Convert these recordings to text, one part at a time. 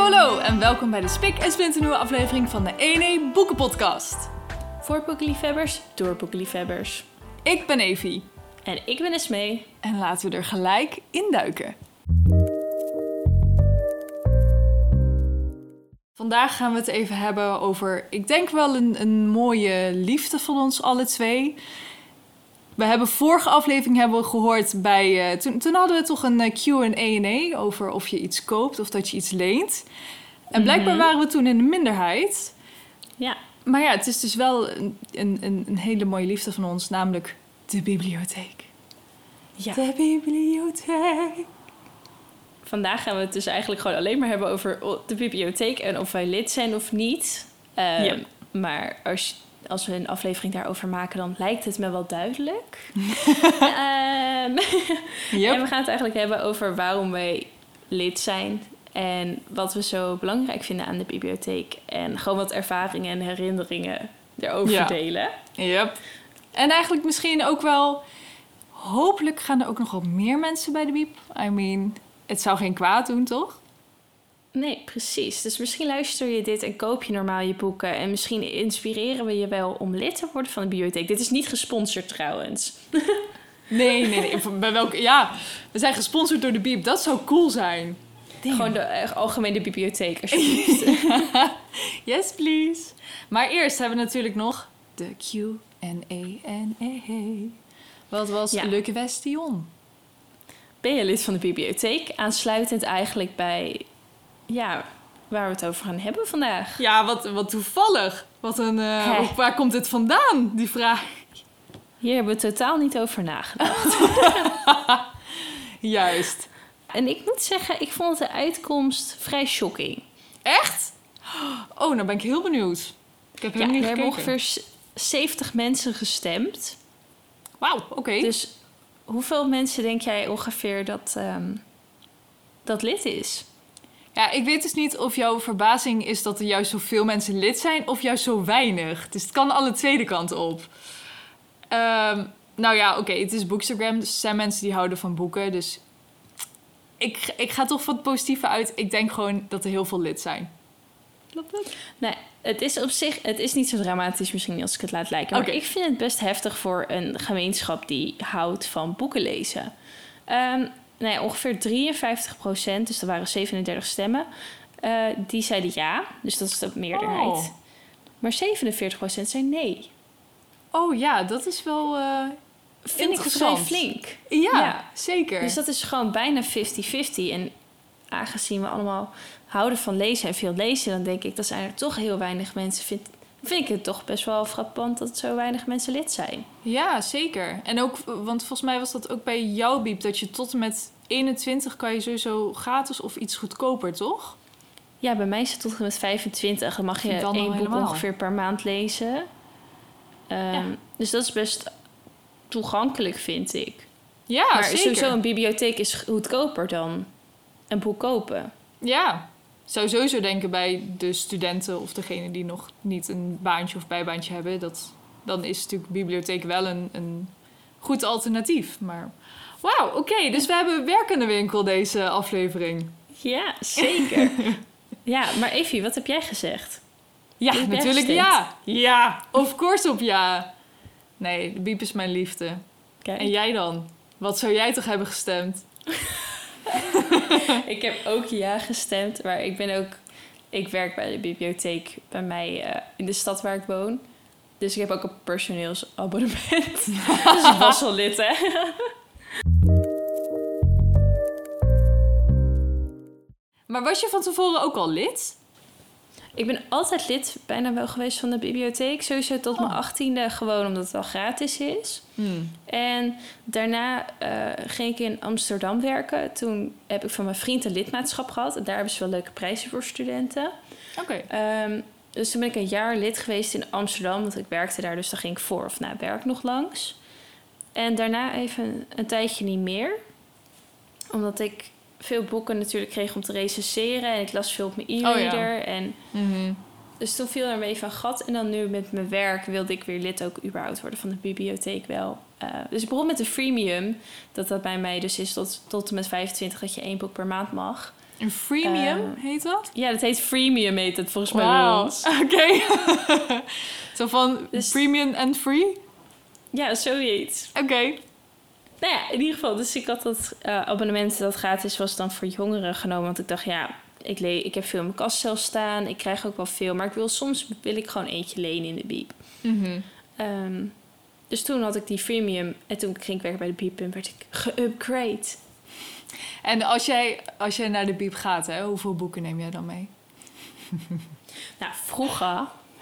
Hallo en welkom bij de spik en splinternieuwe aflevering van de Ene Boekenpodcast. Voor boekenliefhebbers, door boekenliefhebbers. Ik ben Evie. En ik ben Esmee. En laten we er gelijk induiken. Vandaag gaan we het even hebben over, ik denk wel een mooie liefde van ons alle twee. We hebben vorige aflevering gehoord bij... Toen hadden we toch een Q&A over of je iets koopt of dat je iets leent. En blijkbaar waren we toen in de minderheid. Ja. Maar ja, het is dus wel een hele mooie liefde van ons, namelijk de bibliotheek. Ja. De bibliotheek. Vandaag gaan we het dus eigenlijk gewoon alleen maar hebben over de bibliotheek en of wij lid zijn of niet. Ja. Maar als we een aflevering daarover maken, dan lijkt het me wel duidelijk. Yep. En we gaan het eigenlijk hebben over waarom wij lid zijn en wat we zo belangrijk vinden aan de bibliotheek. En gewoon wat ervaringen en herinneringen erover delen. Yep. En eigenlijk misschien ook wel... Hopelijk gaan er ook nog wel meer mensen bij de bieb. I mean, het zou geen kwaad doen, toch? Nee, precies. Dus misschien luister je dit en koop je normaal je boeken. En misschien inspireren we je wel om lid te worden van de bibliotheek. Dit is niet gesponsord trouwens. Nee. Bij welke? Ja, we zijn gesponsord door de bieb. Dat zou cool zijn. Damn. Gewoon de algemene bibliotheek, alsjeblieft. Yes, please. Maar eerst hebben we natuurlijk nog de Q&A. Wat was Le Question? Ben je lid van de bibliotheek? Aansluitend eigenlijk bij... Ja, waar we het over gaan hebben vandaag. Ja, wat toevallig. Waar komt dit vandaan, die vraag? Hier hebben we totaal niet over nagedacht. Juist. En ik moet zeggen, ik vond de uitkomst vrij shocking. Echt? Oh, nou ben ik heel benieuwd. Ik heb helemaal niet gekeken. Er hebben ongeveer 70 mensen gestemd. Wauw, oké. Dus hoeveel mensen denk jij ongeveer dat lid is? Ja, ik weet dus niet of jouw verbazing is dat er juist zoveel mensen lid zijn... of juist zo weinig. Dus het kan alle tweede kanten op. Nou ja, oké, het is Bookstagram. Dus er zijn mensen die houden van boeken. Dus ik ga toch van het positieve uit. Ik denk gewoon dat er heel veel lid zijn. Klopt dat? Nee, het is op zich... Het is niet zo dramatisch misschien als ik het laat lijken. Maar ik vind het best heftig voor een gemeenschap die houdt van boeken lezen. Ongeveer 53%, dus er waren 37 stemmen... die zeiden ja, dus dat is de meerderheid. Oh. Maar 47% zei nee. Oh ja, dat is wel Vind ik vrij flink. Ja, zeker. Dus dat is gewoon bijna 50-50. En aangezien we allemaal houden van lezen en veel lezen... dan denk ik, dat zijn er toch heel weinig mensen... Vind ik het toch best wel frappant dat zo weinig mensen lid zijn. Ja, zeker. En ook, want volgens mij was dat ook bij jouw bieb... dat je tot en met 21 kan je sowieso gratis of iets goedkoper, toch? Ja, bij mij is het tot en met 25. Dan mag je 1 boek ongeveer per maand lezen. Dus dat is best toegankelijk, vind ik. Ja, maar zeker. Sowieso een bibliotheek is goedkoper dan een boek kopen. Ja, zou sowieso denken bij de studenten... of degene die nog niet een baantje of bijbaantje hebben... dan is natuurlijk bibliotheek wel een goed alternatief. Maar wauw, oké. Dus we hebben werk in de winkel deze aflevering. Ja, zeker. Ja, maar Evie, wat heb jij gezegd? Ja, natuurlijk ja. Ja, of course op ja. Nee, de biep is mijn liefde. Kijk. En jij dan? Wat zou jij toch hebben gestemd? Ik heb ook ja gestemd, maar ik werk bij de bibliotheek bij mij in de stad waar ik woon. Dus ik heb ook een personeelsabonnement. Dus ik was al lid, hè? Maar was je van tevoren ook al lid? Ik ben altijd lid bijna wel geweest van de bibliotheek. Sowieso tot mijn 18e, gewoon omdat het wel gratis is. En daarna ging ik in Amsterdam werken. Toen heb ik van mijn vriend een lidmaatschap gehad. En daar hebben ze wel leuke prijzen voor studenten. Oké. Dus toen ben ik een jaar lid geweest in Amsterdam. Want ik werkte daar, dus dan ging ik voor of na werk nog langs. En daarna even een tijdje niet meer. Omdat ik veel boeken natuurlijk kreeg om te recenseren. En ik las veel op mijn e-reader. En dus toen viel er een beetje van gat. En dan nu met mijn werk wilde ik weer lid ook überhaupt worden van de bibliotheek wel. Dus ik begon met de freemium. Dat bij mij dus is tot en met 25 dat je 1 boek per maand mag. Een freemium heet dat? Ja, dat heet freemium heet het volgens mij bij ons. Oké. Zo van Dus- premium en free? Ja, zoiets. Oké. Nou ja, in ieder geval. Dus ik had dat abonnement dat gratis was dan voor jongeren genomen. Want ik dacht, ja, ik heb veel in mijn kast zelf staan. Ik krijg ook wel veel. Maar soms wil ik gewoon eentje lenen in de Biep. Mhm. Dus toen had ik die freemium. En toen ging ik werken bij de Biep en werd ik geupgrade. En als jij naar de Biep gaat, hè, hoeveel boeken neem jij dan mee? Nou, vroeger.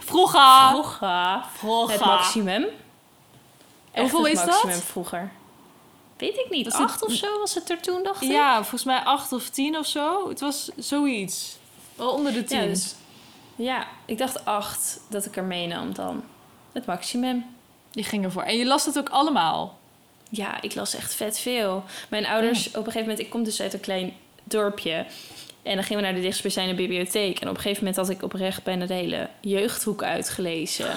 Het maximum. Hoeveel is het maximum dat? Vroeger. Weet ik niet. Was 8 het- of zo was het er toen, dacht ik. Ja, volgens mij 8 of 10 of zo. Het was zoiets. Wel onder de 10. Ja, ja, ik dacht 8 dat ik er meenam dan. Het maximum. Die gingen voor. En je las het ook allemaal. Ja, ik las echt vet veel. Mijn ouders, op een gegeven moment... Ik kom dus uit een klein dorpje. En dan gingen we naar de dichtstbijzijnde bibliotheek. En op een gegeven moment had ik oprecht bijna de hele jeugdhoek uitgelezen.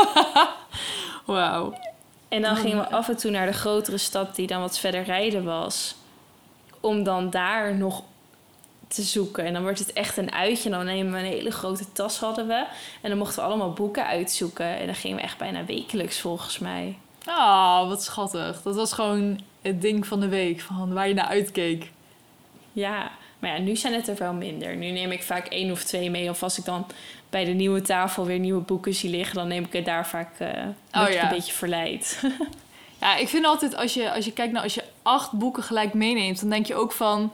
Wauw. En dan gingen we af en toe naar de grotere stad... die dan wat verder rijden was. Om dan daar nog te zoeken. En dan wordt het echt een uitje. En dan nemen we een hele grote tas hadden we. En dan mochten we allemaal boeken uitzoeken. En dan gingen we echt bijna wekelijks volgens mij. Ah, wat schattig. Dat was gewoon het ding van de week. Van waar je naar uitkeek. Ja, maar ja, nu zijn het er wel minder. Nu neem ik vaak 1 of 2 mee. Of als ik dan bij de nieuwe tafel weer nieuwe boeken zie liggen... dan neem ik het daar vaak word ik een beetje verleid. Ja, ik vind altijd als je kijkt naar als je 8 boeken gelijk meeneemt... dan denk je ook van...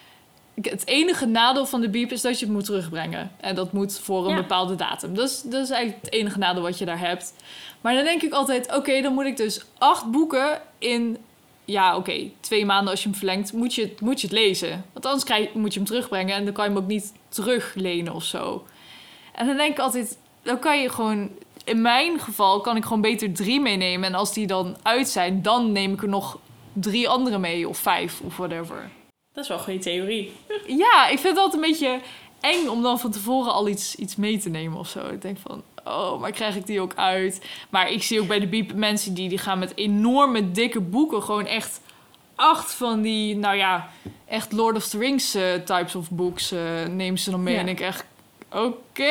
Het enige nadeel van de Biep is dat je het moet terugbrengen. En dat moet voor een bepaalde datum. Dat is eigenlijk het enige nadeel wat je daar hebt. Maar dan denk ik altijd... Oké, dan moet ik dus 8 boeken in... Ja, oké, 2 maanden als je hem verlengt... moet je het lezen. Want anders moet je hem terugbrengen... en dan kan je hem ook niet teruglenen of zo. En dan denk ik altijd... Dan kan je gewoon... In mijn geval kan ik gewoon beter 3 meenemen. En als die dan uit zijn... dan neem ik er nog 3 andere mee. Of 5 of whatever. Dat is wel een goede theorie. Ja, ik vind het altijd een beetje eng om dan van tevoren al iets mee te nemen of zo. Ik denk van, oh, maar krijg ik die ook uit? Maar ik zie ook bij de Biep mensen die gaan met enorme dikke boeken. Gewoon echt 8 van die, nou ja, echt Lord of the Rings types of books nemen ze dan mee. Ja. En ik echt, oké,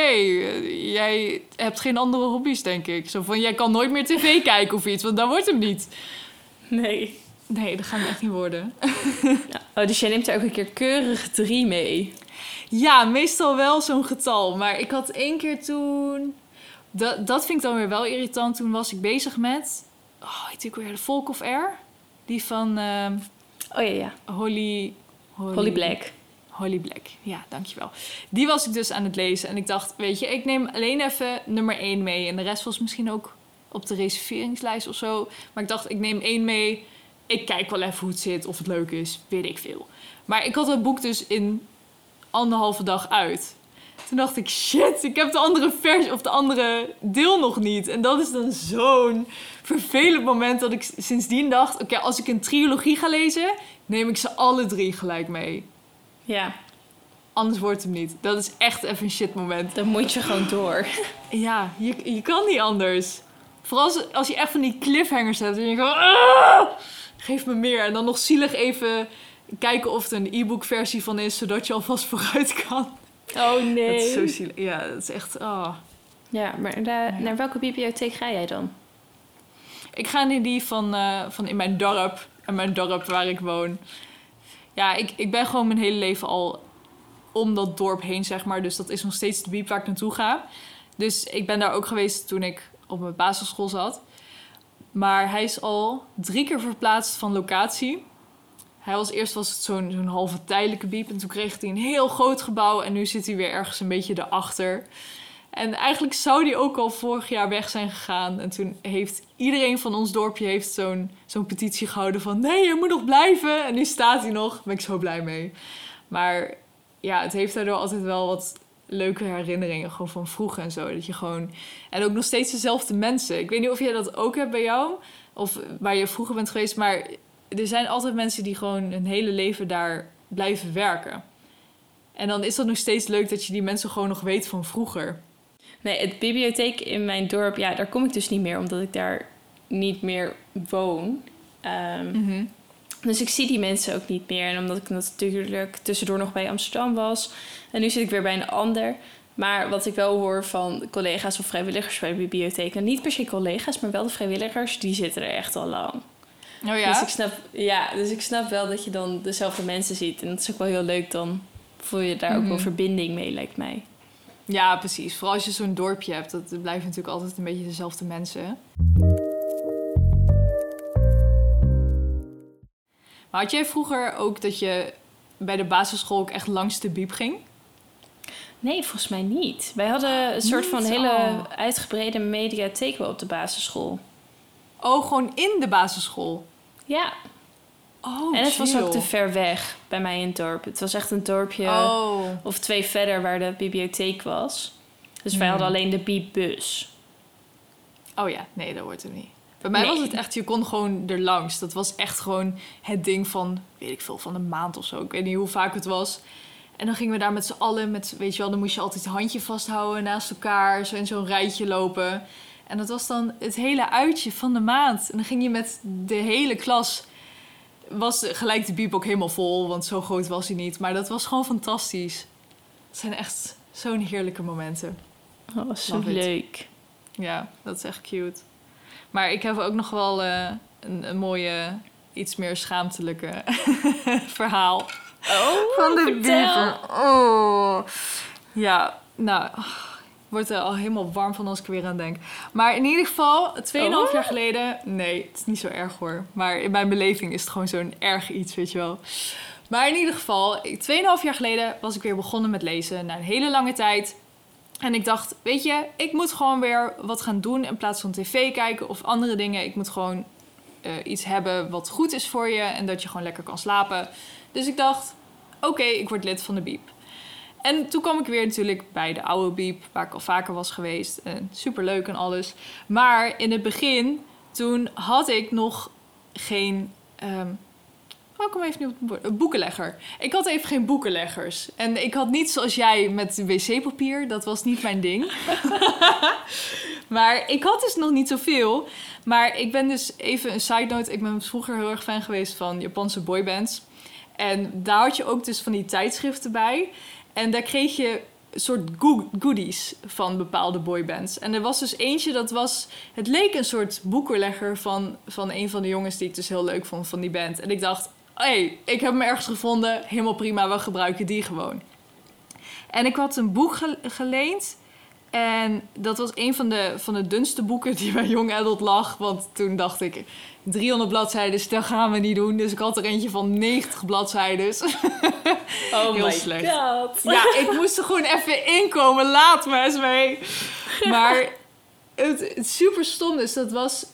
jij hebt geen andere hobby's, denk ik. Zo van, jij kan nooit meer tv kijken of iets, want dat wordt hem niet. Nee. Nee, dat gaat hem echt niet worden. Oh, dus jij neemt er ook een keer keurig 3 mee. Ja, meestal wel zo'n getal. Maar ik had 1 keer toen... Dat vind ik dan weer wel irritant. Toen was ik bezig met... Oh, heet die ook weer? The Folk of Air? Die van Oh ja. Holly Black. Holly Black, ja, dankjewel. Die was ik dus aan het lezen. En ik dacht, weet je, ik neem alleen even nummer 1 mee. En de rest was misschien ook op de reserveringslijst of zo. Maar ik dacht, ik neem 1 mee. Ik kijk wel even hoe het zit, of het leuk is. Weet ik veel. Maar ik had het boek dus in 1,5 dag uit. Toen dacht ik, shit, ik heb de andere versie of de andere deel nog niet. En dat is dan zo'n vervelend moment dat ik sindsdien dacht... Oké, als ik een trilogie ga lezen, neem ik ze alle 3 gelijk mee. Ja, Anders wordt het hem niet. Dat is echt even een shit moment. dan moet je gewoon door. Ja, je kan niet anders. Vooral als je echt van die cliffhangers hebt. En je gewoon, "Ah, geef me meer." En dan nog zielig even kijken of er een e-book versie van is. Zodat je alvast vooruit kan. Oh nee. Dat is zo zielig. Ja, dat is echt... Oh. Ja, maar naar welke bibliotheek ga jij dan? Ik ga naar die van in mijn dorp. En mijn dorp waar ik woon. Ja, ik ben gewoon mijn hele leven al om dat dorp heen, zeg maar. Dus dat is nog steeds de Biep waar ik naartoe ga. Dus ik ben daar ook geweest toen ik op mijn basisschool zat. Maar hij is al 3 keer verplaatst van locatie. Eerst was het zo'n halve tijdelijke Biep. En toen kreeg hij een heel groot gebouw. En nu zit hij weer ergens een beetje erachter. En eigenlijk zou die ook al vorig jaar weg zijn gegaan. En toen heeft iedereen van ons dorpje zo'n petitie gehouden van... Nee, je moet nog blijven. En nu staat hij nog. Daar ben ik zo blij mee. Maar ja, het heeft daardoor altijd wel wat leuke herinneringen. Gewoon van vroeger en zo. Dat je gewoon... En ook nog steeds dezelfde mensen. Ik weet niet of jij dat ook hebt bij jou. Of waar je vroeger bent geweest. Maar er zijn altijd mensen die gewoon hun hele leven daar blijven werken. En dan is dat nog steeds leuk dat je die mensen gewoon nog weet van vroeger. Nee, het bibliotheek in mijn dorp, ja, daar kom ik dus niet meer, omdat ik daar niet meer woon. Dus ik zie die mensen ook niet meer. En omdat ik natuurlijk tussendoor nog bij Amsterdam was. En nu zit ik weer bij een ander. Maar wat ik wel hoor van collega's of vrijwilligers bij de bibliotheek... en niet per se collega's, maar wel de vrijwilligers... die zitten er echt al lang. Oh ja? Dus ik snap wel dat je dan dezelfde mensen ziet. En dat is ook wel heel leuk. Dan voel je daar ook wel verbinding mee, lijkt mij. Ja, precies. Vooral als je zo'n dorpje hebt. Dat blijven natuurlijk altijd een beetje dezelfde mensen. Maar had jij vroeger ook dat je bij de basisschool ook echt langs de bieb ging? Nee, volgens mij niet. Wij hadden een soort van hele uitgebreide mediatheek wel op de basisschool. Oh, gewoon in de basisschool? Ja. Oh, en het was chill. ook te ver weg bij mij in het dorp. Het was echt een dorpje of 2 verder waar de bibliotheek was. Dus wij hadden alleen de biebbus. Oh ja, nee, dat wordt het niet. Bij mij was het echt, je kon gewoon erlangs. Dat was echt gewoon het ding van, weet ik veel, van een maand of zo. Ik weet niet hoe vaak het was. En dan gingen we daar met z'n allen, weet je wel, dan moest je altijd het handje vasthouden naast elkaar. Zo in zo'n rijtje lopen. En dat was dan het hele uitje van de maand. En dan ging je met de hele klas. Was gelijk de bieb ook helemaal vol, want zo groot was hij niet. Maar dat was gewoon fantastisch. Het zijn echt zo'n heerlijke momenten. Oh, zo leuk. Ja, dat is echt cute. Maar ik heb ook nog wel een mooie, iets meer schaamtelijke verhaal. Oh, van de vertel. bieb. Oh. Ja, nou, ik word er al helemaal warm van als ik er weer aan denk. Maar in ieder geval, 2,5 jaar geleden... Nee, het is niet zo erg hoor. Maar in mijn beleving is het gewoon zo'n erg iets, weet je wel. Maar in ieder geval, 2,5 jaar geleden was ik weer begonnen met lezen. Na een hele lange tijd. En ik dacht, weet je, ik moet gewoon weer wat gaan doen in plaats van tv kijken of andere dingen. Ik moet gewoon iets hebben wat goed is voor je en dat je gewoon lekker kan slapen. Dus ik dacht, oké, ik word lid van de bieb. En toen kwam ik weer natuurlijk bij de oude bieb, waar ik al vaker was geweest. Superleuk en alles. Maar in het begin, toen had ik nog geen... ik kom even niet op het woord. Een boekenlegger. Ik had even geen boekenleggers. En ik had niet zoals jij met wc-papier. Dat was niet mijn ding. Maar ik had dus nog niet zoveel. Maar ik ben dus even een side note. Ik ben vroeger heel erg fan geweest van Japanse boybands. En daar had je ook dus van die tijdschriften bij. En daar kreeg je een soort goodies van bepaalde boybands. En er was dus eentje, dat was... Het leek een soort boekenlegger van een van de jongens die ik dus heel leuk vond van die band. En ik dacht, hey, ik heb hem ergens gevonden. Helemaal prima, we gebruiken die gewoon. En ik had een boek geleend. En dat was een van de dunste boeken die bij Young Adult lag. Want toen dacht ik, 300 bladzijden, dat gaan we niet doen. Dus ik had er eentje van 90 bladzijden. Oh heel my slecht. god. Ja, ik moest er gewoon even inkomen. Laat me eens mee. Maar het super stom is, dat was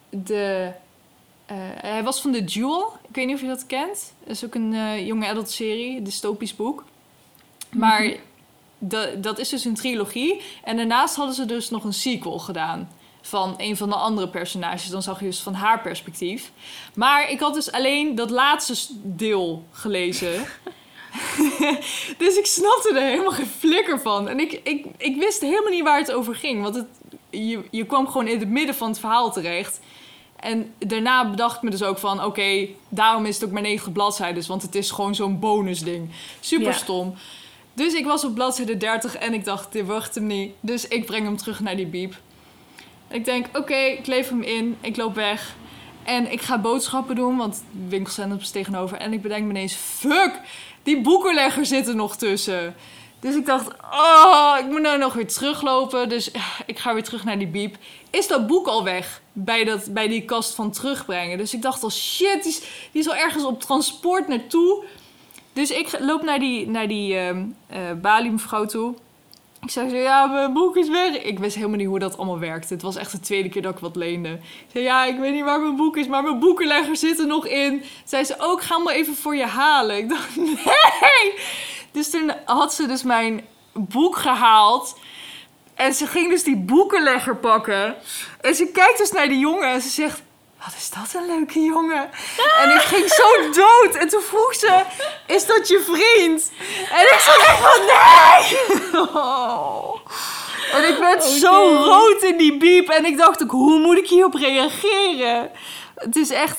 hij was van The Jewel. Ik weet niet of je dat kent. Dat is ook een Young Adult serie, een dystopisch boek. Maar dat is dus een trilogie. En daarnaast hadden ze dus nog een sequel gedaan van een van de andere personages. Dan zag je dus van haar perspectief. Maar ik had dus alleen dat laatste deel gelezen. Dus ik snapte er helemaal geen flikker van. En ik wist helemaal niet waar het over ging. Want je kwam gewoon in het midden van het verhaal terecht. En daarna bedacht ik me dus ook van... Oké, daarom is het ook maar 90 bladzijden. Want het is gewoon zo'n bonusding. Super stom. Dus ik was op bladzijde 30 en ik dacht, dit wordt hem niet. Dus ik breng hem terug naar die bieb. En ik denk, oké, ik lever hem in. Ik loop weg. En ik ga boodschappen doen, want de winkelcentrum is tegenover. En ik bedenk me ineens, fuck, die boekenlegger zit er nog tussen. Dus ik dacht, ik moet nou nog weer teruglopen. Dus ik ga weer terug naar die bieb. Is dat boek al weg bij die kast van terugbrengen? Dus ik dacht al, shit, die is al ergens op transport naartoe. Dus ik loop naar die Bali-mevrouw toe. Ik zei zo, ja, mijn boek is weg. Ik wist helemaal niet hoe dat allemaal werkte. Het was echt de tweede keer dat ik wat leende. Ik zei, ja, ik weet niet waar mijn boek is, maar mijn boekenlegger zit er nog in. Zei ze, ik ga hem maar even voor je halen. Ik dacht, nee! Dus toen had ze dus mijn boek gehaald. En ze ging dus die boekenlegger pakken. En ze kijkt dus naar die jongen en ze zegt... Wat is dat een leuke jongen. En ik ging zo dood. En toen vroeg ze, is dat je vriend? En ik zei echt van, nee! Oh. En ik werd zo rood in die bieb. En ik dacht ook, hoe moet ik hierop reageren? Het is echt...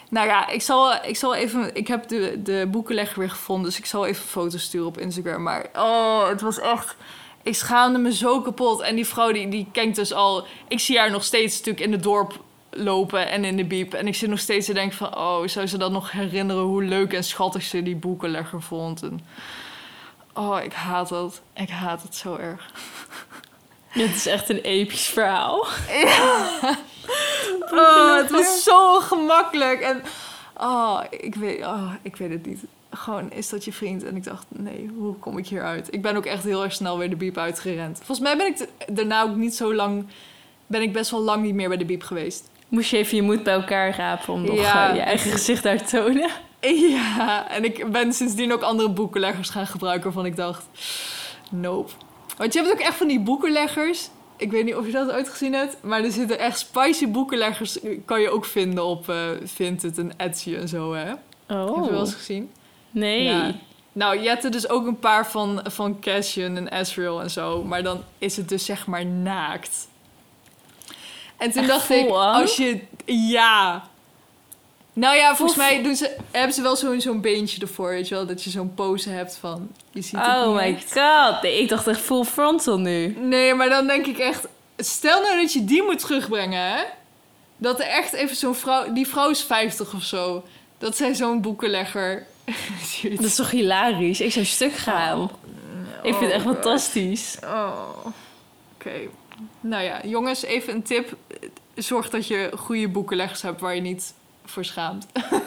Nou ja, ik zal even... Ik heb de boekenlegger weer gevonden, dus ik zal even foto's sturen op Instagram. Maar het was echt... Ik schaamde me zo kapot. En die vrouw, die kijkt dus al... Ik zie haar nog steeds natuurlijk in het dorp lopen en in de biep. En ik zit nog steeds te denken van... zou ze dat nog herinneren hoe leuk en schattig ze die boekenlegger vond? En, ik haat dat. Ik haat het zo erg. Het is echt een episch verhaal. Ja. Het was zo gemakkelijk. En ik weet het niet. Gewoon, is dat je vriend? En ik dacht, nee, hoe kom ik hieruit? Ik ben ook echt heel erg snel weer de biep uitgerend. Volgens mij ben ik daarna ook niet zo lang... Ben ik best wel lang niet meer bij de biep geweest. Moest je even je moed bij elkaar rapen om nog je eigen gezicht uit te tonen? Ja, en ik ben sindsdien ook andere boekenleggers gaan gebruiken... waarvan ik dacht, nope. Want je hebt ook echt van die boekenleggers... Ik weet niet of je dat ooit gezien hebt... maar er zitten echt spicy boekenleggers... kan je ook vinden op Vinted en Etsy en zo, hè? Oh. Heb je wel eens gezien? Nee. Ja. Nou, je hebt er dus ook een paar van Cassion en Ezreal en zo... maar dan is het dus zeg maar naakt. En toen dacht ik, als je... Ja... Nou ja, volgens mij hebben ze wel zo'n beentje ervoor, weet je wel? Dat je zo'n pose hebt van... Je ziet het oh my god. Nee, ik dacht echt full frontal nu. Nee, maar dan denk ik echt... Stel nou dat je die moet terugbrengen, hè? Dat er echt even zo'n vrouw... Die vrouw is 50 of zo. Dat zij zo'n boekenlegger ziet. Dat is toch hilarisch? Ik zou stuk gaan. Ik vind het echt fantastisch. Oké. Nou ja, jongens, even een tip. Zorg dat je goede boekenleggers hebt waar je niet... voor schaamt.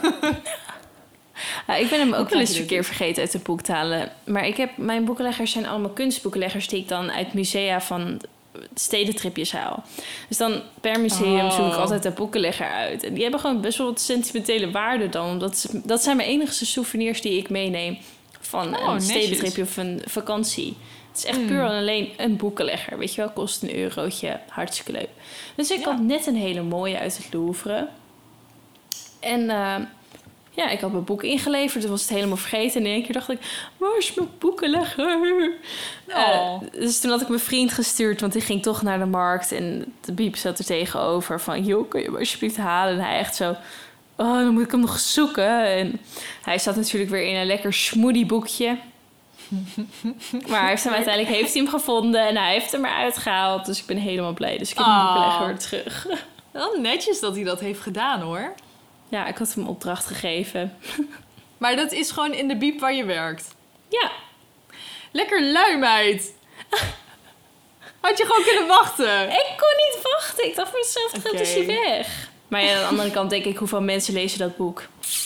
Ik ben hem ook wel eens een keer vergeten uit het boek te halen. Maar mijn boekenleggers zijn allemaal kunstboekenleggers... die ik dan uit musea van stedentripjes haal. Dus dan per museum zoek ik altijd een boekenlegger uit. En die hebben gewoon best wel wat sentimentele waarde dan. Omdat dat zijn mijn enige souvenirs die ik meeneem... van een stedentripje of een vakantie. Het is echt puur en alleen een boekenlegger. Weet je wel, kost €1. Hartstikke leuk. Dus ik had net een hele mooie uit het Louvre... En ik had mijn boek ingeleverd. Toen was het helemaal vergeten. En in één keer dacht ik, waar is mijn boekenlegger? Dus toen had ik mijn vriend gestuurd. Want die ging toch naar de markt. En de biep zat er tegenover. Van, joh, kun je hem alsjeblieft halen? En hij echt zo, dan moet ik hem nog zoeken. En hij zat natuurlijk weer in een lekker smoothie boekje. Maar uiteindelijk heeft hij hem gevonden. En hij heeft hem eruit gehaald. Dus ik ben helemaal blij. Dus ik heb mijn boekenlegger weer terug. Wel netjes dat hij dat heeft gedaan, hoor. Ja, ik had hem opdracht gegeven. Maar dat is gewoon in de biep waar je werkt? Ja. Lekker lui, meid. Had je gewoon kunnen wachten? Ik kon niet wachten. Ik dacht voor hetzelfde geld is hij weg. Maar ja, aan de andere kant denk ik, hoeveel mensen lezen dat boek?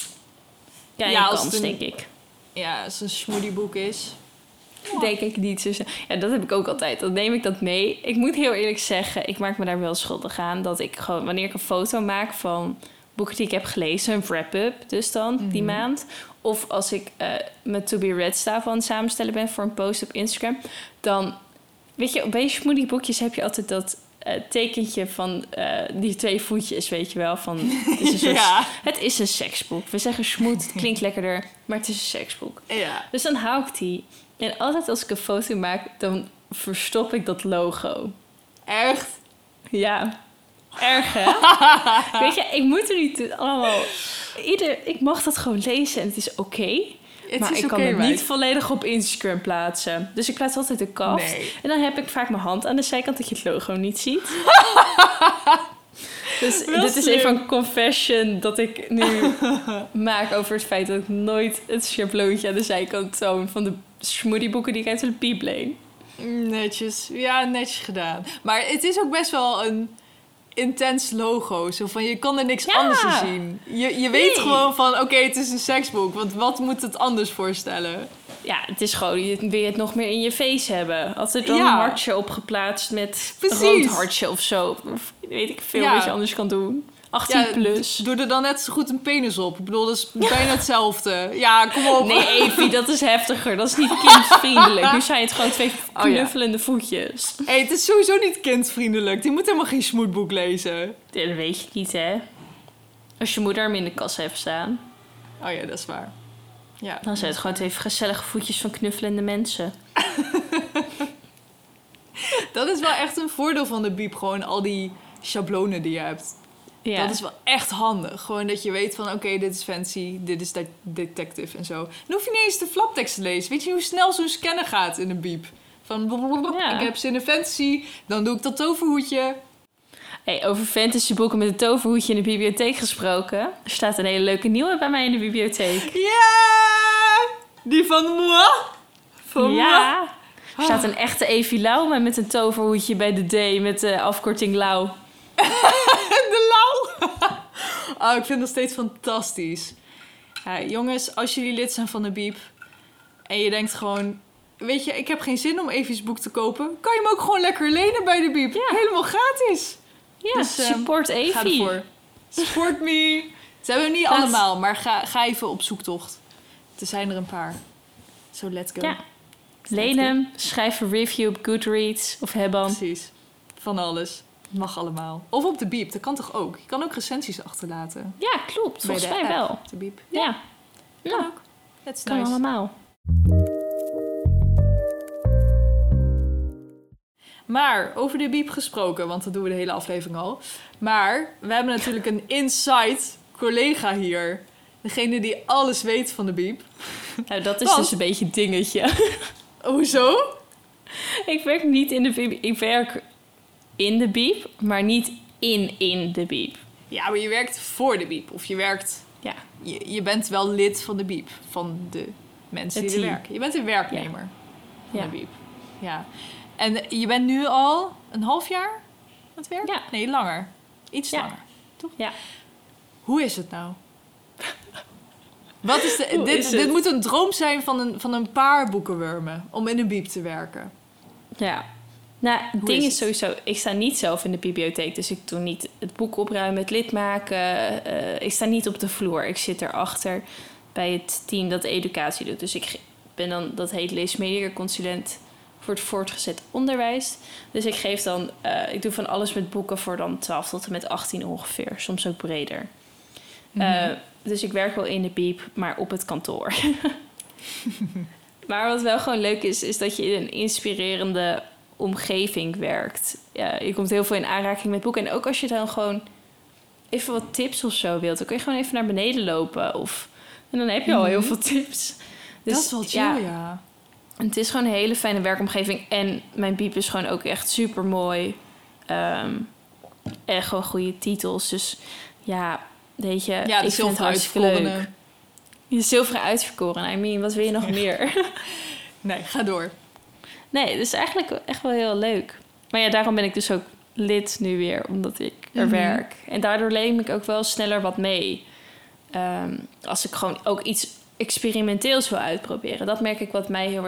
Ja, kans, denk ik. Ja, als het een smoothieboek is. Denk ik niet. Dus, ja, dat heb ik ook altijd. Dan neem ik dat mee. Ik moet heel eerlijk zeggen, ik maak me daar wel schuldig aan. Dat ik gewoon, wanneer ik een foto maak van... boeken die ik heb gelezen, een wrap-up dus dan, die maand. Of als ik met To Be Read staaf aan het samenstellen ben voor een post op Instagram. Dan, weet je, bij smoothieboekjes heb je altijd dat tekentje van die 2 voetjes, weet je wel. Van, het is een soort, het is een seksboek. We zeggen smoot, het klinkt lekkerder, maar het is een seksboek. Ja. Dus dan hou ik die. En altijd als ik een foto maak, dan verstop ik dat logo. Echt? Ja. Erg, hè? Weet je, ik moet er niet allemaal... Ik mag dat gewoon lezen en het is oké. Maar ik kan het niet volledig op Instagram plaatsen. Dus ik plaats altijd de kaft. Nee. En dan heb ik vaak mijn hand aan de zijkant dat je het logo niet ziet. Dus dit is even een confession dat ik nu maak over het feit dat ik nooit het schabloontje aan de zijkant toon van de smoothieboeken die ik uit de piep leen. Netjes. Ja, netjes gedaan. Maar het is ook best wel een intens logo. Zo van, je kan er niks anders in zien. Je weet gewoon van, oké, het is een seksboek. Want wat moet het anders voorstellen? Ja, het is gewoon, wil je het nog meer in je face hebben? Als er dan een hartje opgeplaatst met een rood hartje of zo. Of, weet ik veel wat je anders kan doen. 18 plus. Doe er dan net zo goed een penis op. Ik bedoel, dat is bijna hetzelfde. Ja, kom op. Nee, Evie, dat is heftiger. Dat is niet kindvriendelijk. Nu zijn het gewoon 2 knuffelende voetjes. Hey, het is sowieso niet kindvriendelijk. Die moet helemaal geen smoetboek lezen. Ja, dat weet je niet, hè. Als je moeder hem in de kast heeft staan. Oh ja, dat is waar. Ja, dan zijn het gewoon 2 gezellige voetjes van knuffelende mensen. Dat is wel echt een voordeel van de biep. Gewoon al die schablonen die je hebt. Ja. Dat is wel echt handig. Gewoon dat je weet van, oké, dit is fancy, dit is detective en zo. Dan hoef je niet eens de flaptekst te lezen. Weet je hoe snel zo'n scanner gaat in een biep? Van, Ja. ik heb zin in fantasy, dan doe ik dat toverhoedje. Hey, over fantasyboeken met een toverhoedje in de bibliotheek gesproken. Er staat een hele leuke nieuwe bij mij in de bibliotheek. Ja! Die van moi. Van Ja. moi. Er staat een echte Evie Lau, maar met een toverhoedje bij de D met de afkorting Lau. De lauw. Oh, ik vind het nog steeds fantastisch. Ja, jongens, als jullie lid zijn van de Biep en je denkt gewoon, weet je, ik heb geen zin om Evie's boek te kopen, kan je hem ook gewoon lekker lenen bij de Biep. Ja. Helemaal gratis. Ja, Dus, support Ga Evie. ervoor. Support me. Ze hebben hem niet Laat- allemaal, maar ga even op zoektocht. Er zijn er een paar. So let's go. Ja. Leen hem, schrijf een review op Goodreads of Hebban. Precies. Van alles. Mag allemaal. Of op de Biep, dat kan toch ook? Je kan ook recensies achterlaten. Ja, klopt. Volgens Bij de mij app, wel. De Biep. Ja. Kan Ja, ook. That's kan nice. allemaal. Maar over de Biep gesproken, want dat doen we de hele aflevering al. Maar we hebben natuurlijk een inside collega hier. Degene die alles weet van de Biep. Nou, dat is Want- dus een beetje een dingetje. Hoezo? Ik werk niet in de biep. Ik werk in de biep, maar niet in de biep. Ja, maar je werkt voor de Biep. Of je werkt... Ja. Je bent wel lid van de Biep. Van de mensen Het die er team. werken. Je bent een werknemer van Ja. de Biep. Ja. En je bent nu al een half jaar aan het werk? Ja. Nee, langer. Iets Ja. langer. Toch? Ja. Hoe is het nou? Wat is de, Hoe is dit het? moet een droom zijn van een paar boekenwurmen om in een biep te werken. Ja. Nou, het Hoe ding is is sowieso, ik sta niet zelf in de bibliotheek. Dus ik doe niet het boek opruimen, het lid maken. Ik sta niet op de vloer. Ik zit erachter bij het team dat educatie doet. Dus ik ben dan, dat heet leesmedia consulent voor het voortgezet onderwijs. Dus ik geef dan, ik doe van alles met boeken voor dan 12 tot en met 18 ongeveer. Soms ook breder. Dus ik werk wel in de biep, maar op het kantoor. Maar wat wel gewoon leuk is dat je in een inspirerende omgeving werkt. Ja, je komt heel veel in aanraking met boeken. En ook als je dan gewoon even wat tips of zo wilt, dan kun je gewoon even naar beneden lopen. En dan heb je al heel veel tips. Dus, dat is wel chill, ja. En het is gewoon een hele fijne werkomgeving. En mijn biep is gewoon ook echt super mooi. En gewoon goede titels. Dus ja, weet je, Ja, de ik vind het zilveren hartstikke leuk. uitverkorene. Je zilveren uitverkoren. I mean, wat wil je nog meer? Nee, ga door. Nee, het is eigenlijk echt wel heel leuk. Maar ja, daarom ben ik dus ook lid nu weer, omdat ik er werk. En daardoor neem ik ook wel sneller wat mee. Als ik gewoon ook iets experimenteels wil uitproberen. Dat merk ik wat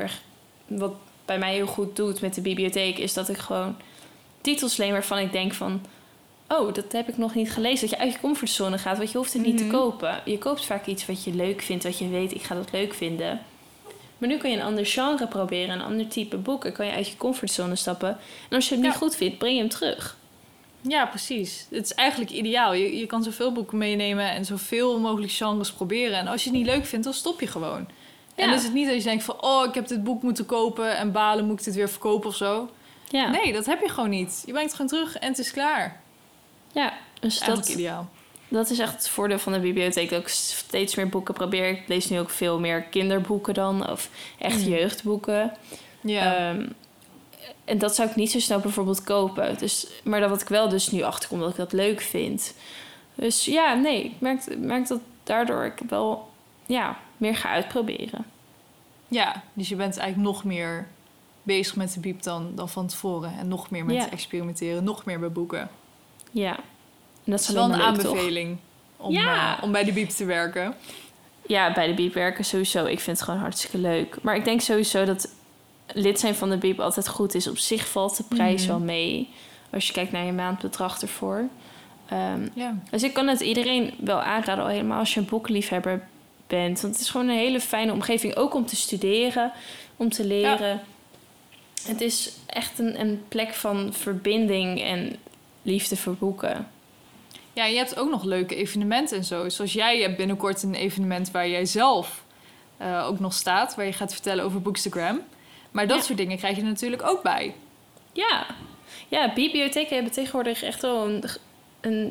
bij mij heel goed doet met de bibliotheek, is dat ik gewoon titels leen waarvan ik denk van, oh, dat heb ik nog niet gelezen. Dat je uit je comfortzone gaat, want je hoeft het niet te kopen. Je koopt vaak iets wat je leuk vindt, wat je weet, ik ga dat leuk vinden. Maar nu kun je een ander genre proberen, een ander type boeken. Kan je uit je comfortzone stappen. En als je het niet goed vindt, breng je hem terug. Ja, precies. Het is eigenlijk ideaal. Je kan zoveel boeken meenemen en zoveel mogelijk genres proberen. En als je het niet leuk vindt, dan stop je gewoon. Ja. En dan is het niet dat je denkt van, oh, ik heb dit boek moeten kopen en balen, moet ik dit weer verkopen of zo. Ja, Nee, dat heb je gewoon niet. Je brengt het gewoon terug en het is klaar. ja dus Eigenlijk ideaal. dat is echt het voordeel van de bibliotheek. Dat ik steeds meer boeken probeer. Ik lees nu ook veel meer kinderboeken dan. Of echt jeugdboeken. Ja. En dat zou ik niet zo snel bijvoorbeeld kopen. Dus, maar dat wat ik wel dus nu achterkom, dat ik dat leuk vind. Dus ja, nee, ik merk dat daardoor ik wel meer ga uitproberen. Ja, dus je bent eigenlijk nog meer bezig met de biep dan van tevoren. En nog meer met experimenteren, nog meer bij boeken. Ja. En dat is Het is wel alleen een maar leuk, toch? aanbeveling Ja. om bij de biep te werken. Ja, bij de biep werken sowieso. Ik vind het gewoon hartstikke leuk. Maar ik denk sowieso dat lid zijn van de biep altijd goed is. Op zich valt de prijs wel mee. Als je kijkt naar je maandbedrag ervoor. Ja. Dus ik kan het iedereen wel aanraden. Al helemaal als je een boekliefhebber bent. Want het is gewoon een hele fijne omgeving. Ook om te studeren. Om te leren. Ja. Het is echt een plek van verbinding en liefde voor boeken. Ja, je hebt ook nog leuke evenementen en zo. Zoals jij hebt binnenkort een evenement waar jij zelf ook nog staat. Waar je gaat vertellen over Bookstagram. Maar dat soort dingen krijg je er natuurlijk ook bij. Ja, bibliotheken hebben tegenwoordig echt wel een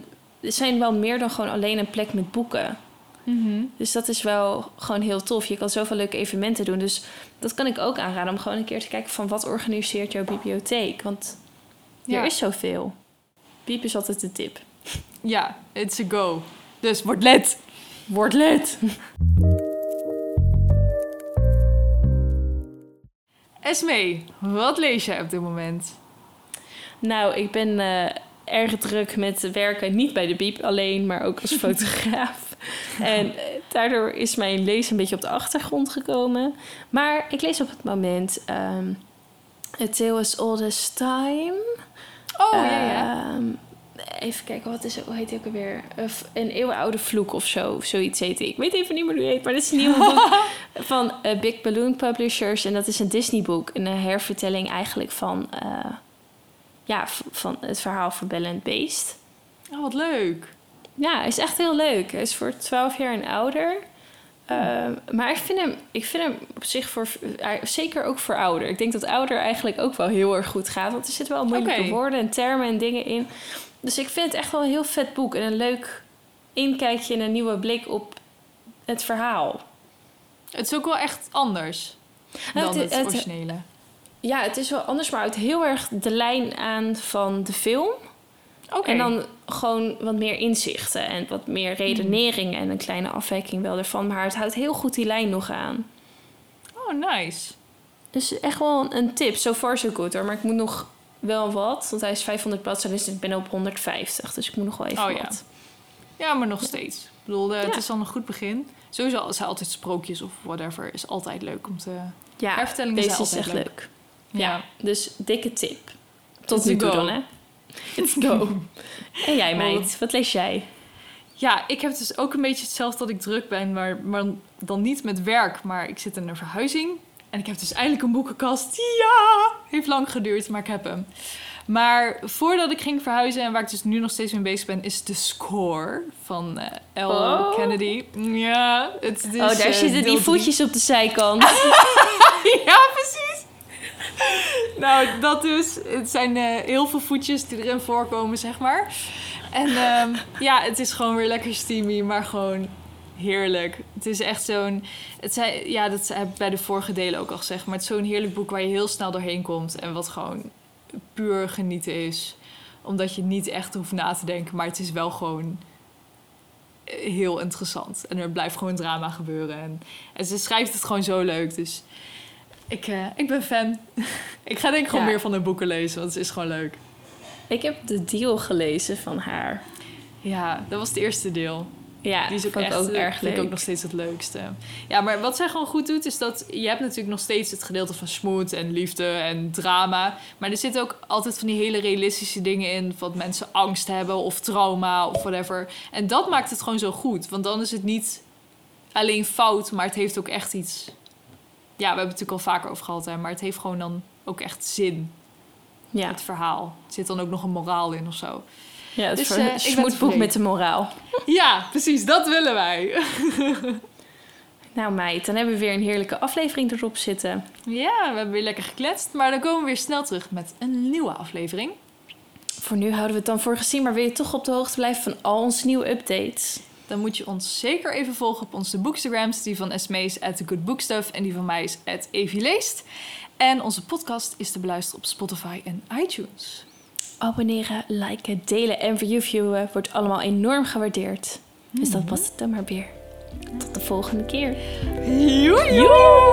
er zijn wel meer dan gewoon alleen een plek met boeken. Mm-hmm. Dus dat is wel gewoon heel tof. Je kan zoveel leuke evenementen doen. Dus dat kan ik ook aanraden om gewoon een keer te kijken van wat organiseert jouw bibliotheek. Want er is zoveel. Biep is altijd de tip. Ja, it's a go. Dus word lid. Word lid. Esmee, wat lees jij op dit moment? Nou, ik ben erg druk met werken. Niet bij de Biep alleen, maar ook als fotograaf. En daardoor is mijn lezen een beetje op de achtergrond gekomen. Maar ik lees op het moment A Tale as Old as Time. Oh, ja. Even kijken, hoe heet die ook alweer? Een eeuwenoude vloek of zo. Zoiets heet die. Ik weet even niet meer hoe die heet, maar dat is een nieuw boek van Big Balloon Publishers. En dat is een Disney-boek. Een hervertelling eigenlijk van het verhaal van Belle and Beast. Oh, wat leuk. Ja, hij is echt heel leuk. Hij is voor 12 jaar en ouder. Maar ik vind hem op zich zeker ook voor ouder. Ik denk dat ouder eigenlijk ook wel heel erg goed gaat. Want er zitten wel moeilijke woorden en termen en dingen in. Dus ik vind het echt wel een heel vet boek. En een leuk inkijkje en een nieuwe blik op het verhaal. Het is ook wel echt anders dan het originele. Ja, het is wel anders, maar uit heel erg de lijn aan van de film. Okay. En dan gewoon wat meer inzichten en wat meer redenering en een kleine afwijking wel ervan. Maar het houdt heel goed die lijn nog aan. Oh, nice. Dus echt wel een tip. So far so good hoor. Maar ik moet nog wel wat. Want hij is 500 bladzijden, dus ik ben op 150. Dus ik moet nog wel even wat. Ja, maar nog steeds. Ik bedoel, het is al een goed begin. Sowieso zijn altijd sprookjes of whatever. Is altijd leuk om te... Ja, hervertellingen deze zijn is altijd echt leuk. Ja, dus dikke tip. Tot It's nu toe dan, hè? Let's go. En jij, meid? Wat lees jij? Ja, ik heb dus ook een beetje hetzelfde dat ik druk ben, maar dan niet met werk. Maar ik zit in een verhuizing en ik heb dus eindelijk een boekenkast. Ja! Heeft lang geduurd, maar ik heb hem. Maar voordat ik ging verhuizen en waar ik dus nu nog steeds mee bezig ben, is The Score van L. Kennedy. Ja, het is daar zitten die voetjes op de zijkant. Ja, precies. Nou, dat dus. Het zijn heel veel voetjes die erin voorkomen, zeg maar. En het is gewoon weer lekker steamy, maar gewoon heerlijk. Het is echt zo'n... dat heb ik bij de vorige delen ook al gezegd, maar het is zo'n heerlijk boek waar je heel snel doorheen komt en wat gewoon puur genieten is. Omdat je niet echt hoeft na te denken, maar het is wel gewoon heel interessant. En er blijft gewoon drama gebeuren. En ze schrijft het gewoon zo leuk, dus... Ik ben fan. Ik ga denk ik gewoon meer van de boeken lezen, want het is gewoon leuk. Ik heb De Deal gelezen van haar. Ja, dat was het eerste deel. Ja, die is ook erg leuk. Vind ik ook nog steeds het leukste. Ja, maar wat zij gewoon goed doet, is dat... je hebt natuurlijk nog steeds het gedeelte van smoot en liefde en drama. Maar er zitten ook altijd van die hele realistische dingen in... wat mensen angst hebben of trauma of whatever. En dat maakt het gewoon zo goed. Want dan is het niet alleen fout, maar het heeft ook echt iets... Ja, we hebben het natuurlijk al vaker over gehad, hè, maar het heeft gewoon dan ook echt zin. Ja. Het verhaal. Er zit dan ook nog een moraal in of zo. Ja, het is een smoetboek met een moraal. Ja, precies. Dat willen wij. Nou meid, dan hebben we weer een heerlijke aflevering erop zitten. Ja, we hebben weer lekker gekletst. Maar dan komen we weer snel terug met een nieuwe aflevering. Voor nu houden we het dan voor gezien. Maar wil je toch op de hoogte blijven van al onze nieuwe updates? Dan moet je ons zeker even volgen op onze bookstagrams. Die van Esmee is @thegoodbookstuff en die van mij is @evieleest. En onze podcast is te beluisteren op Spotify en iTunes. Abonneren, liken, delen en reviewen wordt allemaal enorm gewaardeerd. Dus dat was het dan maar weer. Tot de volgende keer. Joejoe!